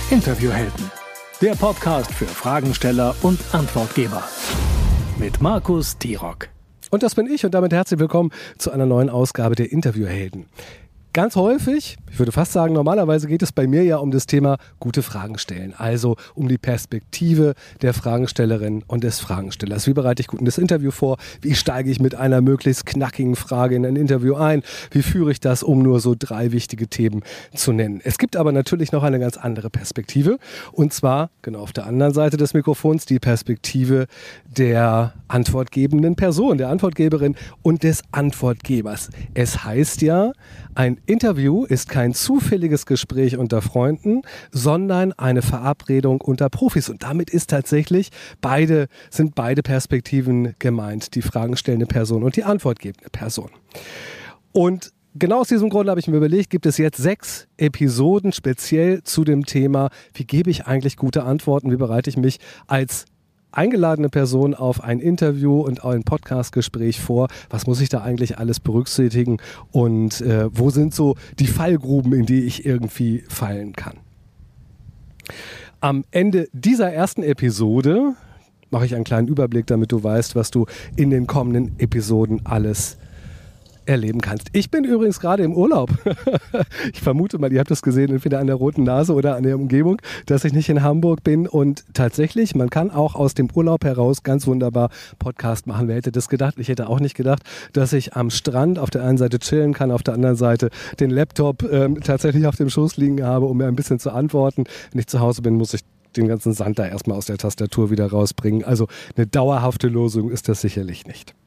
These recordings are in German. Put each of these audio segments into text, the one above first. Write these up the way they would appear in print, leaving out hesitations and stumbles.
Interviewhelden, der Podcast für Fragensteller und Antwortgeber mit Markus Tirok. Und das bin ich und damit herzlich willkommen zu einer neuen Ausgabe der Interviewhelden. Ganz häufig, ich würde fast sagen, normalerweise geht es bei mir ja um das Thema gute Fragen stellen. Also um die Perspektive der Fragenstellerin und des Fragenstellers. Wie bereite ich gut das Interview vor? Wie steige ich mit einer möglichst knackigen Frage in ein Interview ein? Wie führe ich das, um nur so 3 wichtige Themen zu nennen? Es gibt aber natürlich noch eine ganz andere Perspektive. Und zwar, genau auf der anderen Seite des Mikrofons, die Perspektive der antwortgebenden Person, der Antwortgeberin und des Antwortgebers. Es heißt ja, ein Interview ist kein zufälliges Gespräch unter Freunden, sondern eine Verabredung unter Profis. Und damit ist tatsächlich sind beide Perspektiven gemeint, die fragenstellende Person und die antwortgebende Person. Und genau aus diesem Grund habe ich mir überlegt, gibt es jetzt 6 Episoden speziell zu dem Thema, wie gebe ich eigentlich gute Antworten, wie bereite ich mich als eingeladene Person auf ein Interview und ein Podcastgespräch vor. Was muss ich da eigentlich alles berücksichtigen und wo sind so die Fallgruben, in die ich irgendwie fallen kann? Am Ende dieser ersten Episode mache ich einen kleinen Überblick, damit du weißt, was du in den kommenden Episoden alles erleben kannst. Ich bin übrigens gerade im Urlaub. Ich vermute mal, ihr habt es gesehen, entweder an der roten Nase oder an der Umgebung, dass ich nicht in Hamburg bin. Und tatsächlich, man kann auch aus dem Urlaub heraus ganz wunderbar Podcast machen. Wer hätte das gedacht? Ich hätte auch nicht gedacht, dass ich am Strand auf der einen Seite chillen kann, auf der anderen Seite den Laptop tatsächlich auf dem Schoß liegen habe, um mir ein bisschen zu antworten. Wenn ich zu Hause bin, muss ich den ganzen Sand da erstmal aus der Tastatur wieder rausbringen. Also eine dauerhafte Lösung ist das sicherlich nicht.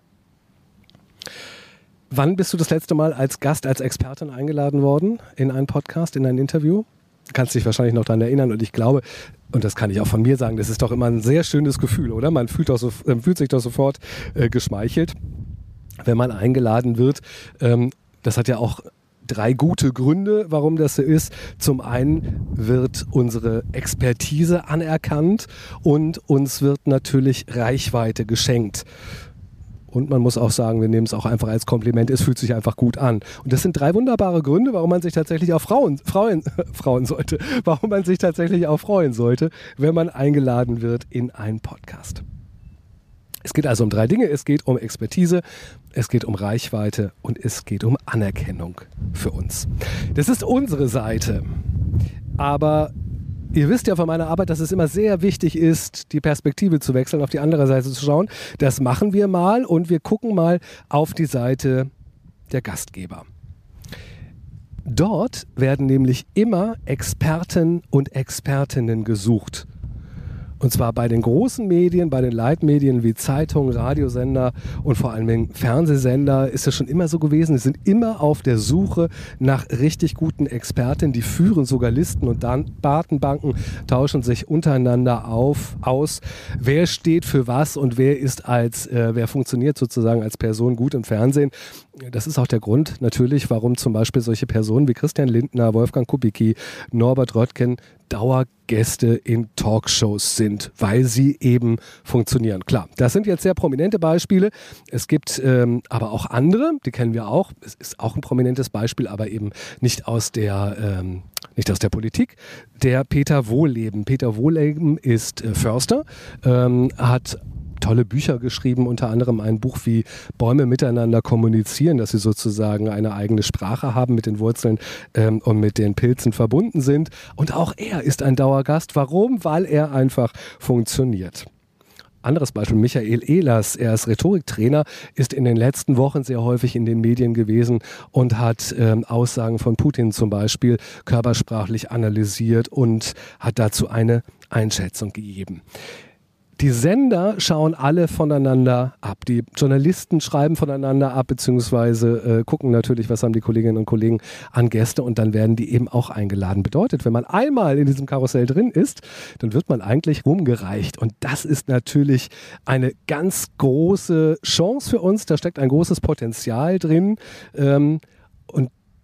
Wann bist du das letzte Mal als Gast, als Expertin eingeladen worden in einen Podcast, in ein Interview? Du kannst dich wahrscheinlich noch daran erinnern und ich glaube, und das kann ich auch von mir sagen, das ist doch immer ein sehr schönes Gefühl, oder? Man fühlt sich doch sofort geschmeichelt, wenn man eingeladen wird. Das hat ja auch 3 gute Gründe, warum das so ist. Zum einen wird unsere Expertise anerkannt und uns wird natürlich Reichweite geschenkt. Und man muss auch sagen, wir nehmen es auch einfach als Kompliment, es fühlt sich einfach gut an. Und das sind 3 wunderbare Gründe, warum man sich tatsächlich auch freuen sollte, wenn man eingeladen wird in einen Podcast. Es geht also um 3 Dinge. Es geht um Expertise, es geht um Reichweite und es geht um Anerkennung für uns. Das ist unsere Seite. Aber ihr wisst ja von meiner Arbeit, dass es immer sehr wichtig ist, die Perspektive zu wechseln, auf die andere Seite zu schauen. Das machen wir mal und wir gucken mal auf die Seite der Gastgeber. Dort werden nämlich immer Experten und Expertinnen gesucht. Und zwar bei den großen Medien, bei den Leitmedien wie Zeitungen, Radiosender und vor allem Fernsehsender ist es schon immer so gewesen. Sie sind immer auf der Suche nach richtig guten Experten. Die führen sogar Listen und Datenbanken, tauschen sich untereinander aus. Wer steht für was und wer funktioniert sozusagen als Person gut im Fernsehen. Das ist auch der Grund natürlich, warum zum Beispiel solche Personen wie Christian Lindner, Wolfgang Kubicki, Norbert Röttgen Dauergäste in Talkshows sind, weil sie eben funktionieren. Klar, das sind jetzt sehr prominente Beispiele. Es gibt aber auch andere, die kennen wir auch. Es ist auch ein prominentes Beispiel, aber eben nicht aus der Politik. Der Peter Wohlleben. Peter Wohlleben ist Förster, hat tolle Bücher geschrieben, unter anderem ein Buch wie Bäume miteinander kommunizieren, dass sie sozusagen eine eigene Sprache haben, mit den Wurzeln und mit den Pilzen verbunden sind. Und auch er ist ein Dauergast. Warum? Weil er einfach funktioniert. Anderes Beispiel, Michael Ehlers, er ist Rhetoriktrainer, ist in den letzten Wochen sehr häufig in den Medien gewesen und hat Aussagen von Putin zum Beispiel körpersprachlich analysiert und hat dazu eine Einschätzung gegeben. Die Sender schauen alle voneinander ab. Die Journalisten schreiben voneinander ab, beziehungsweise gucken natürlich, was haben die Kolleginnen und Kollegen an Gäste und dann werden die eben auch eingeladen. Bedeutet, wenn man einmal in diesem Karussell drin ist, dann wird man eigentlich rumgereicht. Und das ist natürlich eine ganz große Chance für uns. Da steckt ein großes Potenzial drin. Und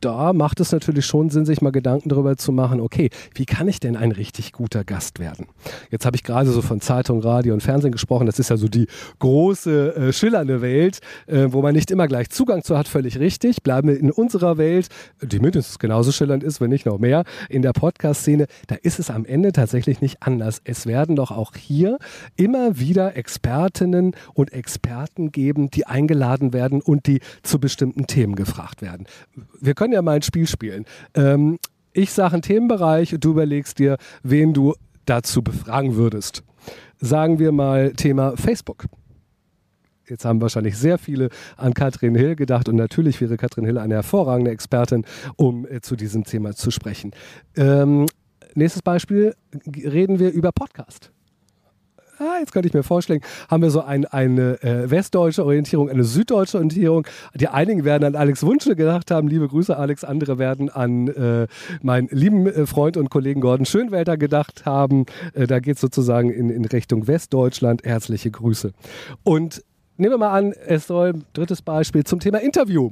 da macht es natürlich schon Sinn, sich mal Gedanken darüber zu machen, okay, wie kann ich denn ein richtig guter Gast werden? Jetzt habe ich gerade so von Zeitung, Radio und Fernsehen gesprochen. Das ist ja so die große, schillernde Welt, wo man nicht immer gleich Zugang zu hat, völlig richtig. Bleiben wir in unserer Welt, die mindestens genauso schillernd ist, wenn nicht noch mehr, in der Podcast-Szene, da ist es am Ende tatsächlich nicht anders. Es werden doch auch hier immer wieder Expertinnen und Experten geben, die eingeladen werden und die zu bestimmten Themen gefragt werden. Wir können ja mal ein Spiel spielen. Ich sage einen Themenbereich und du überlegst dir, wen du dazu befragen würdest. Sagen wir mal Thema Facebook. Jetzt haben wahrscheinlich sehr viele an Katrin Hill gedacht und natürlich wäre Katrin Hill eine hervorragende Expertin, um zu diesem Thema zu sprechen. Nächstes Beispiel, reden wir über Podcast. Jetzt könnte ich mir vorstellen, haben wir so eine westdeutsche Orientierung, eine süddeutsche Orientierung. Die einigen werden an Alex Wunschel gedacht haben, liebe Grüße Alex, andere werden an meinen lieben Freund und Kollegen Gordon Schönwelder gedacht haben. Da geht es sozusagen in Richtung Westdeutschland. Herzliche Grüße. Und nehmen wir mal an, es soll, drittes Beispiel, zum Thema Interview.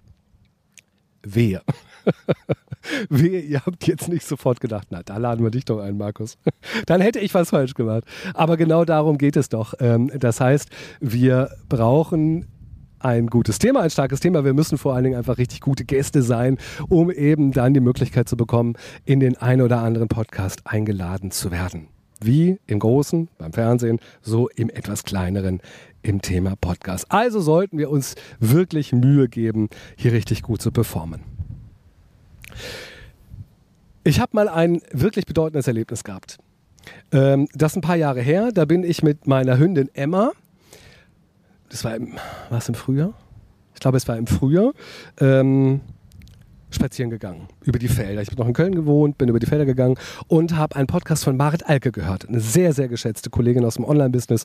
Wehe. Wehe, ihr habt jetzt nicht sofort gedacht, na, da laden wir dich doch ein, Markus. Dann hätte ich was falsch gemacht. Aber genau darum geht es doch. Das heißt, wir brauchen ein gutes Thema, ein starkes Thema. Wir müssen vor allen Dingen einfach richtig gute Gäste sein, um eben dann die Möglichkeit zu bekommen, in den ein oder anderen Podcast eingeladen zu werden. Wie im Großen, beim Fernsehen, so im etwas Kleineren im Thema Podcast. Also sollten wir uns wirklich Mühe geben, hier richtig gut zu performen. Ich habe mal ein wirklich bedeutendes Erlebnis gehabt. Das ist ein paar Jahre her. Da bin ich mit meiner Hündin Emma, das war im Frühjahr? Ich glaube, es war im Frühjahr, spazieren gegangen über die Felder. Ich habe noch in Köln gewohnt, bin über die Felder gegangen und habe einen Podcast von Marit Alke gehört. Eine sehr, sehr geschätzte Kollegin aus dem Online-Business,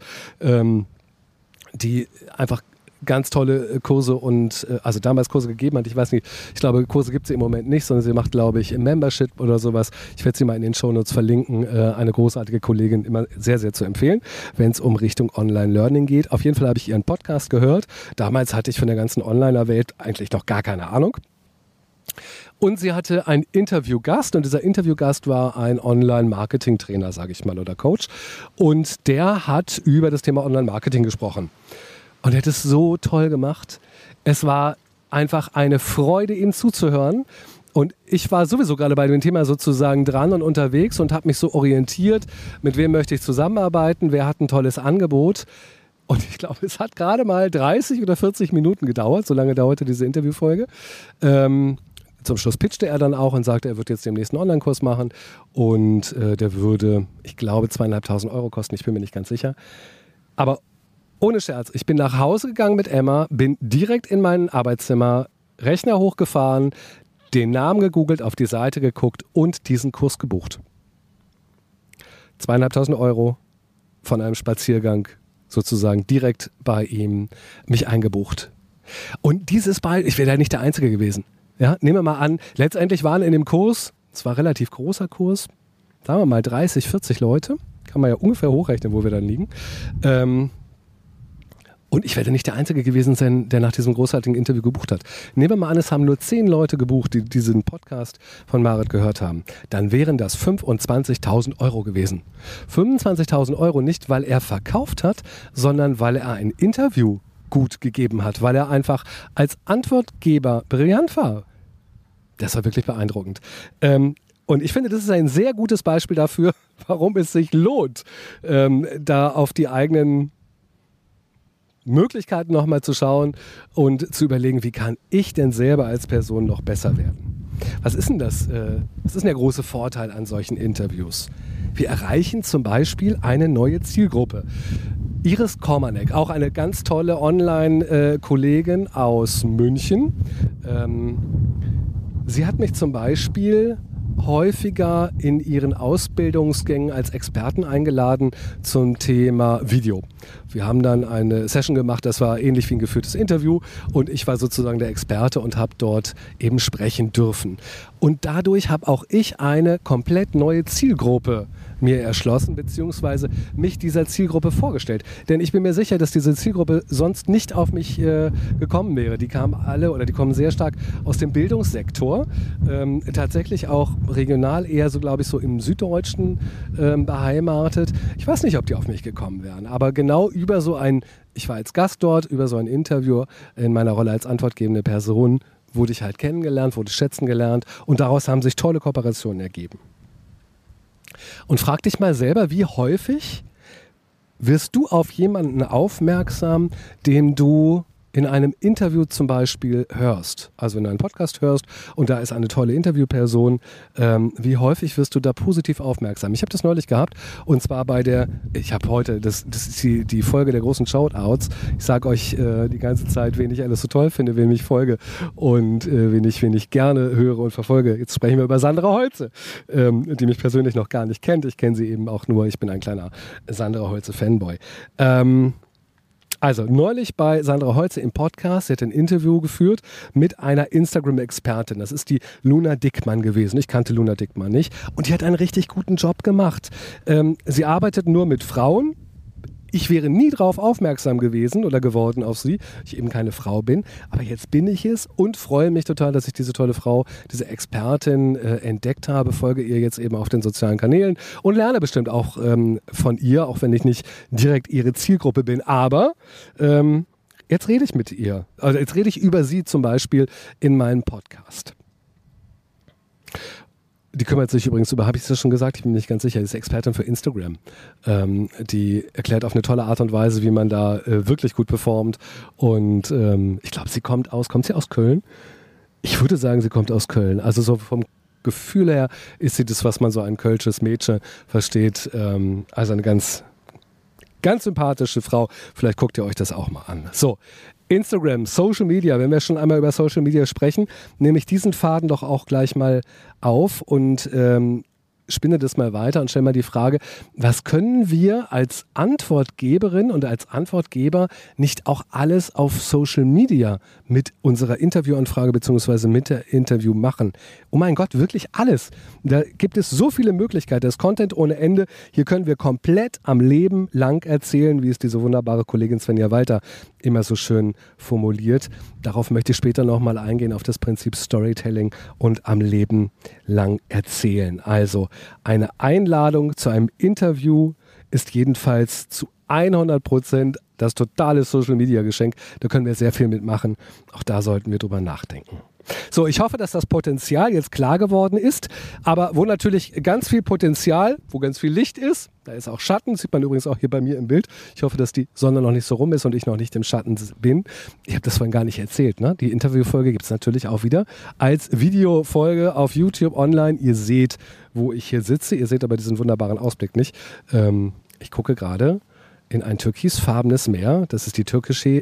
die einfach ganz tolle Kurse und also damals Kurse gegeben hat. Ich weiß nicht, ich glaube, Kurse gibt sie im Moment nicht, sondern sie macht, glaube ich, Membership oder sowas. Ich werde sie mal in den Shownotes verlinken. Eine großartige Kollegin, immer sehr, sehr zu empfehlen, wenn es um Richtung Online-Learning geht. Auf jeden Fall habe ich ihren Podcast gehört. Damals hatte ich von der ganzen Onliner-Welt eigentlich noch gar keine Ahnung. Und sie hatte einen Interviewgast und dieser Interviewgast war ein Online-Marketing-Trainer, sage ich mal, oder Coach. Und der hat über das Thema Online-Marketing gesprochen. Und er hat es so toll gemacht. Es war einfach eine Freude, ihm zuzuhören. Und ich war sowieso gerade bei dem Thema sozusagen dran und unterwegs und habe mich so orientiert, mit wem möchte ich zusammenarbeiten, wer hat ein tolles Angebot. Und ich glaube, es hat gerade mal 30 oder 40 Minuten gedauert, so lange dauerte diese Interviewfolge. Zum Schluss pitchte er dann auch und sagte, er wird jetzt demnächst einen Online-Kurs machen und der würde, ich glaube, 2.500 € kosten, ich bin mir nicht ganz sicher. Aber ohne Scherz, ich bin nach Hause gegangen mit Emma, bin direkt in mein Arbeitszimmer, Rechner hochgefahren, den Namen gegoogelt, auf die Seite geguckt und diesen Kurs gebucht. 2.500 € von einem Spaziergang sozusagen direkt bei ihm mich eingebucht. Und dieses Beispiel, ich wäre da nicht der Einzige gewesen. Ja, nehmen wir mal an, letztendlich waren in dem Kurs, es war ein relativ großer Kurs, sagen wir mal 30, 40 Leute, kann man ja ungefähr hochrechnen, wo wir dann liegen. Und ich werde nicht der Einzige gewesen sein, der nach diesem großartigen Interview gebucht hat. Nehmen wir mal an, es haben nur 10 Leute gebucht, die diesen Podcast von Marit gehört haben. Dann wären das 25.000 € gewesen. 25.000 € nicht, weil er verkauft hat, sondern weil er ein Interview gut gegeben hat, weil er einfach als Antwortgeber brillant war. Das war wirklich beeindruckend. Und ich finde, das ist ein sehr gutes Beispiel dafür, warum es sich lohnt, da auf die eigenen Möglichkeiten nochmal zu schauen und zu überlegen, wie kann ich denn selber als Person noch besser werden? Was ist denn das? Was ist denn der große Vorteil an solchen Interviews? Wir erreichen zum Beispiel eine neue Zielgruppe. Iris Kormanek, auch eine ganz tolle Online-Kollegin aus München. Sie hat mich zum Beispiel häufiger in ihren Ausbildungsgängen als Experten eingeladen zum Thema Video. Wir haben dann eine Session gemacht, das war ähnlich wie ein geführtes Interview und ich war sozusagen der Experte und habe dort eben sprechen dürfen. Und dadurch habe auch ich eine komplett neue Zielgruppe mir erschlossen, beziehungsweise mich dieser Zielgruppe vorgestellt. Denn ich bin mir sicher, dass diese Zielgruppe sonst nicht auf mich gekommen wäre. Die kamen alle oder die kommen sehr stark aus dem Bildungssektor, tatsächlich auch regional eher so, glaube ich, so im Süddeutschen beheimatet. Ich weiß nicht, ob die auf mich gekommen wären, aber genau über so ich war als Gast dort, über so ein Interview in meiner Rolle als antwortgebende Person wurde ich halt kennengelernt, wurde schätzen gelernt und daraus haben sich tolle Kooperationen ergeben. Und frag dich mal selber, wie häufig wirst du auf jemanden aufmerksam, den du in einem Interview zum Beispiel hörst, also wenn du einen Podcast hörst und da ist eine tolle Interviewperson, wie häufig wirst du da positiv aufmerksam? Ich habe das neulich gehabt und zwar ich habe heute, das ist die Folge der großen Shoutouts. Ich sage euch die ganze Zeit, wen ich alles so toll finde, wem ich folge und wen ich gerne höre und verfolge. Jetzt sprechen wir über Sandra Holze, die mich persönlich noch gar nicht kennt. Ich kenne sie eben auch nur, ich bin ein kleiner Sandra Holze-Fanboy. Also neulich bei Sandra Holze im Podcast, sie hat ein Interview geführt mit einer Instagram-Expertin. Das ist die Luna Dickmann gewesen. Ich kannte Luna Dickmann nicht. Und die hat einen richtig guten Job gemacht. Sie arbeitet nur mit Frauen. Ich wäre nie drauf aufmerksam gewesen oder geworden auf sie, ich eben keine Frau bin. Aber jetzt bin ich es und freue mich total, dass ich diese tolle Frau, diese Expertin entdeckt habe, folge ihr jetzt eben auf den sozialen Kanälen und lerne bestimmt auch von ihr, auch wenn ich nicht direkt ihre Zielgruppe bin. Aber jetzt rede ich mit ihr. Also jetzt rede ich über sie zum Beispiel in meinem Podcast. Die kümmert sich übrigens habe ich das schon gesagt? Ich bin mir nicht ganz sicher. Die ist Expertin für Instagram. Die erklärt auf eine tolle Art und Weise, wie man da wirklich gut performt. Und ich glaube, kommt sie aus Köln? Ich würde sagen, sie kommt aus Köln. Also so vom Gefühl her ist sie das, was man so ein kölsches Mädchen versteht. Also eine ganz sympathische Frau. Vielleicht guckt ihr euch das auch mal an. So, Instagram, Social Media, wenn wir schon einmal über Social Media sprechen, nehme ich diesen Faden doch auch gleich mal auf und spinne das mal weiter und stelle mal die Frage, was können wir als Antwortgeberin und als Antwortgeber nicht auch alles auf Social Media mit unserer Interviewanfrage bzw. mit der Interview machen? Oh mein Gott, wirklich alles. Da gibt es so viele Möglichkeiten. Das ist Content ohne Ende. Hier können wir komplett am Leben lang erzählen, wie es diese wunderbare Kollegin Svenja Walter immer so schön formuliert. Darauf möchte ich später nochmal eingehen, auf das Prinzip Storytelling und am Leben lang erzählen. Also eine Einladung zu einem Interview ist jedenfalls zu 100% das totale Social-Media-Geschenk. Da können wir sehr viel mitmachen. Auch da sollten wir drüber nachdenken. So, ich hoffe, dass das Potenzial jetzt klar geworden ist, aber wo natürlich ganz viel Potenzial, wo ganz viel Licht ist, da ist auch Schatten, sieht man übrigens auch hier bei mir im Bild. Ich hoffe, dass die Sonne noch nicht so rum ist und ich noch nicht im Schatten bin. Ich habe das vorhin gar nicht erzählt, ne? Die Interviewfolge gibt es natürlich auch wieder als Videofolge auf YouTube online. Ihr seht, wo ich hier sitze. Ihr seht aber diesen wunderbaren Ausblick nicht. Ich gucke gerade in ein türkisfarbenes Meer. Das ist die türkische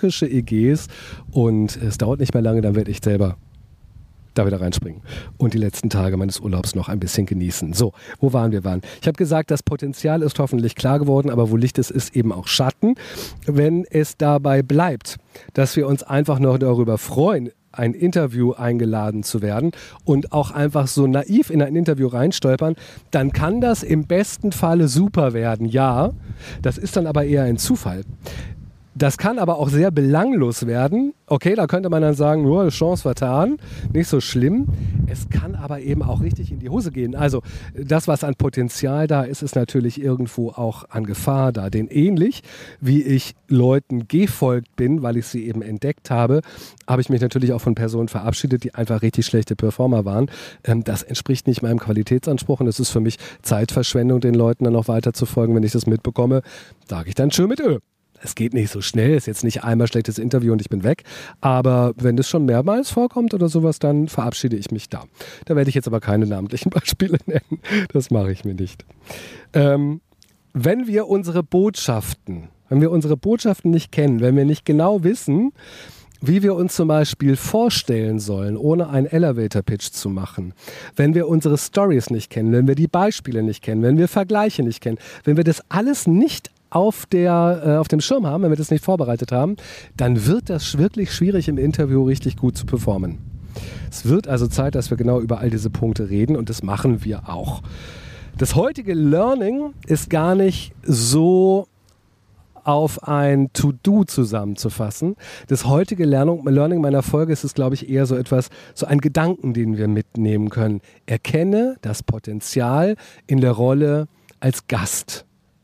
Ägäis und es dauert nicht mehr lange, dann werde ich selber da wieder reinspringen und die letzten Tage meines Urlaubs noch ein bisschen genießen. So, wo waren wir? Ich habe gesagt, das Potenzial ist hoffentlich klar geworden, aber wo Licht ist, ist eben auch Schatten. Wenn es dabei bleibt, dass wir uns einfach noch darüber freuen, ein Interview eingeladen zu werden und auch einfach so naiv in ein Interview reinstolpern, dann kann das im besten Falle super werden. Ja, das ist dann aber eher ein Zufall. Das kann aber auch sehr belanglos werden. Okay, da könnte man dann sagen, nur Chance vertan, nicht so schlimm. Es kann aber eben auch richtig in die Hose gehen. Also das, was an Potenzial da ist, ist natürlich irgendwo auch an Gefahr da. Denn ähnlich wie ich Leuten gefolgt bin, weil ich sie eben entdeckt habe, habe ich mich natürlich auch von Personen verabschiedet, die einfach richtig schlechte Performer waren. Das entspricht nicht meinem Qualitätsanspruch und es ist für mich Zeitverschwendung, den Leuten dann noch weiter zu folgen. Wenn ich das mitbekomme, sage ich dann tschö mit Ö. Es geht nicht so schnell, ist jetzt nicht einmal schlechtes Interview und ich bin weg. Aber wenn das schon mehrmals vorkommt oder sowas, dann verabschiede ich mich da. Da werde ich jetzt aber keine namentlichen Beispiele nennen. Das mache ich mir nicht. Wenn wir unsere Botschaften nicht kennen, wenn wir nicht genau wissen, wie wir uns zum Beispiel vorstellen sollen, ohne einen Elevator-Pitch zu machen, wenn wir unsere Stories nicht kennen, wenn wir die Beispiele nicht kennen, wenn wir Vergleiche nicht kennen, wenn wir das alles nicht auf dem Schirm haben, wenn wir das nicht vorbereitet haben, dann wird das wirklich schwierig im Interview richtig gut zu performen. Es wird also Zeit, dass wir genau über all diese Punkte reden und das machen wir auch. Das heutige Learning ist gar nicht so auf ein To-Do zusammenzufassen. Das heutige Learning meiner Folge ist, glaube ich, eher so ein Gedanken, den wir mitnehmen können. Erkenne das Potenzial in der Rolle als Gast.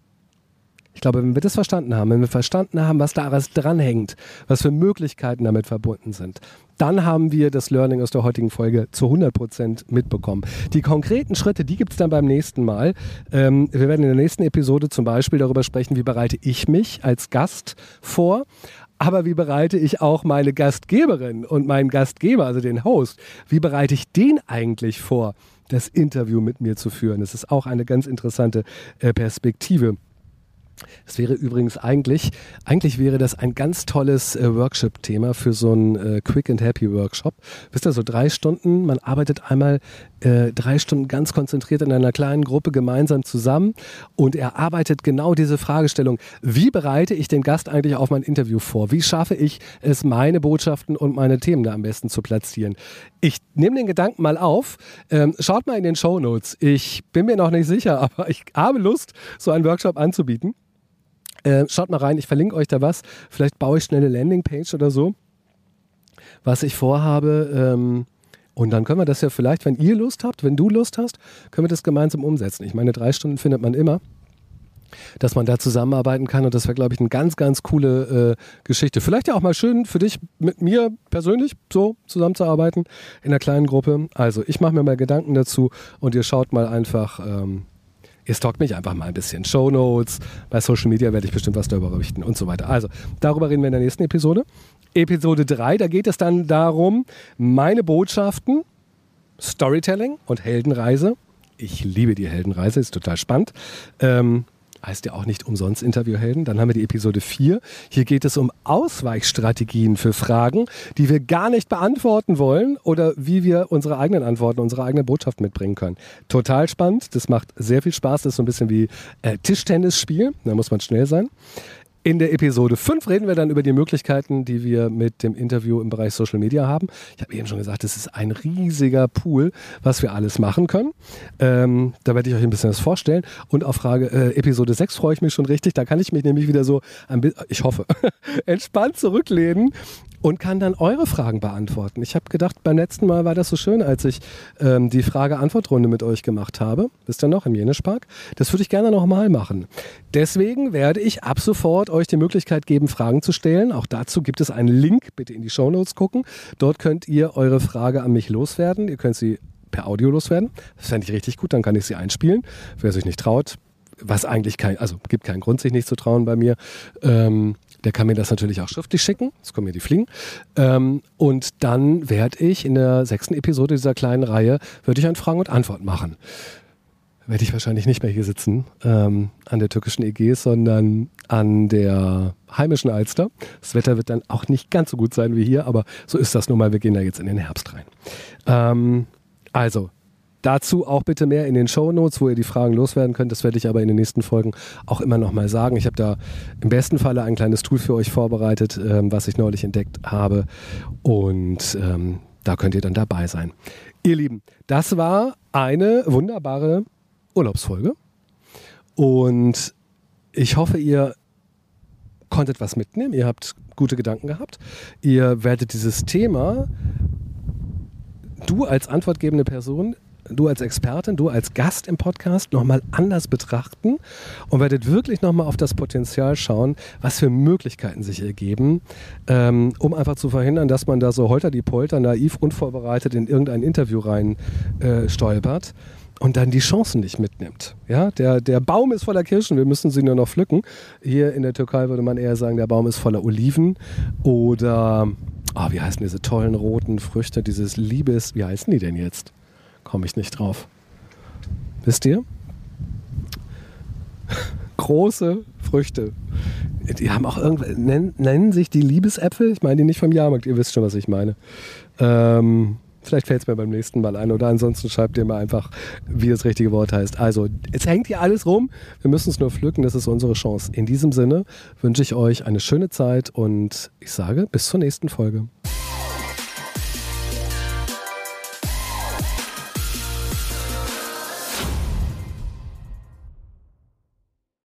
Ich glaube, wenn wir das verstanden haben, was da alles dranhängt, was für Möglichkeiten damit verbunden sind, dann haben wir das Learning aus der heutigen Folge zu 100% mitbekommen. Die konkreten Schritte, die gibt es dann beim nächsten Mal. Wir werden in der nächsten Episode zum Beispiel darüber sprechen, wie bereite ich mich als Gast vor, aber wie bereite ich auch meine Gastgeberin und meinen Gastgeber, also den Host, wie bereite ich den eigentlich vor, das Interview mit mir zu führen? Das ist auch eine ganz interessante Perspektive. Das wäre übrigens eigentlich wäre das ein ganz tolles Workshop-Thema für so einen Quick and Happy Workshop. Wisst ihr, so 3 Stunden, man arbeitet einmal 3 Stunden ganz konzentriert in einer kleinen Gruppe gemeinsam zusammen und er arbeitet genau diese Fragestellung, wie bereite ich den Gast eigentlich auf mein Interview vor? Wie schaffe ich es, meine Botschaften und meine Themen da am besten zu platzieren? Ich nehme den Gedanken mal auf, schaut mal in den Shownotes. Ich bin mir noch nicht sicher, aber ich habe Lust, so einen Workshop anzubieten. Schaut mal rein, ich verlinke euch da was. Vielleicht baue ich schnell eine Landingpage oder so, was ich vorhabe. Und dann können wir das ja vielleicht, wenn ihr Lust habt, wenn du Lust hast, können wir das gemeinsam umsetzen. Ich meine, 3 Stunden findet man immer, dass man da zusammenarbeiten kann. Und das wäre, glaube ich, eine ganz, ganz coole Geschichte. Vielleicht ja auch mal schön für dich, mit mir persönlich so zusammenzuarbeiten in einer kleinen Gruppe. Also ich mache mir mal Gedanken dazu und ihr schaut mal einfach... Ihr stalkt mich einfach mal ein bisschen. Shownotes, bei Social Media werde ich bestimmt was darüber berichten und so weiter. Also, darüber reden wir in der nächsten Episode. Episode 3, da geht es dann darum, meine Botschaften, Storytelling und Heldenreise. Ich liebe die Heldenreise, ist total spannend. Heißt ja auch nicht umsonst Interviewhelden. Dann haben wir die Episode 4. Hier geht es um Ausweichstrategien für Fragen, die wir gar nicht beantworten wollen oder wie wir unsere eigenen Antworten, unsere eigene Botschaft mitbringen können. Total spannend. Das macht sehr viel Spaß. Das ist so ein bisschen wie Tischtennis spielen. Da muss man schnell sein. In der Episode 5 reden wir dann über die Möglichkeiten, die wir mit dem Interview im Bereich Social Media haben. Ich habe eben schon gesagt, es ist ein riesiger Pool, was wir alles machen können. Da werde ich euch ein bisschen was vorstellen. Und auf Episode 6 freue ich mich schon richtig. Da kann ich mich nämlich wieder so, ich hoffe, entspannt zurücklehnen und kann dann eure Fragen beantworten. Ich habe gedacht, beim letzten Mal war das so schön, als ich die Frage-Antwort-Runde mit euch gemacht habe. Wisst ihr noch, im Jenespark? Das würde ich gerne nochmal machen. Deswegen werde ich ab sofort euch die Möglichkeit geben, Fragen zu stellen. Auch dazu gibt es einen Link, bitte in die Shownotes gucken. Dort könnt ihr eure Frage an mich loswerden. Ihr könnt sie per Audio loswerden. Das fände ich richtig gut, dann kann ich sie einspielen. Wer sich nicht traut, gibt keinen Grund, sich nicht zu trauen bei mir, der kann mir das natürlich auch schriftlich schicken. Jetzt kommen mir die Fliegen. Und dann werde ich in der 6. Episode dieser kleinen Reihe, ein Fragen und Antwort machen. Werde ich wahrscheinlich nicht mehr hier sitzen an der türkischen Ägäis, sondern an der heimischen Alster. Das Wetter wird dann auch nicht ganz so gut sein wie hier, aber so ist das nun mal. Wir gehen da jetzt in den Herbst rein. Dazu auch bitte mehr in den Shownotes, wo ihr die Fragen loswerden könnt. Das werde ich aber in den nächsten Folgen auch immer noch mal sagen. Ich habe da im besten Falle ein kleines Tool für euch vorbereitet, was ich neulich entdeckt habe. Und da könnt ihr dann dabei sein. Ihr Lieben, das war eine wunderbare Urlaubsfolge. Und ich hoffe, ihr konntet was mitnehmen. Ihr habt gute Gedanken gehabt. Ihr werdet dieses Thema, du als antwortgebende Person, du als Expertin, du als Gast im Podcast nochmal anders betrachten und werdet wirklich nochmal auf das Potenzial schauen, was für Möglichkeiten sich ergeben, um einfach zu verhindern, dass man da so holter-die-polter, naiv, unvorbereitet in irgendein Interview rein stolpert und dann die Chancen nicht mitnimmt. Ja, der Baum ist voller Kirschen, wir müssen sie nur noch pflücken. Hier in der Türkei würde man eher sagen, der Baum ist voller Oliven oder, wie heißen diese tollen roten Früchte, wie heißen die denn jetzt? Komme ich nicht drauf. Wisst ihr? Große Früchte. Die haben auch nennen sich die Liebesäpfel? Ich meine die nicht vom Jahrmarkt, ihr wisst schon, was ich meine. Vielleicht fällt es mir beim nächsten Mal ein oder ansonsten schreibt ihr mal einfach, wie das richtige Wort heißt. Also, es hängt hier alles rum. Wir müssen es nur pflücken. Das ist unsere Chance. In diesem Sinne wünsche ich euch eine schöne Zeit und ich sage bis zur nächsten Folge.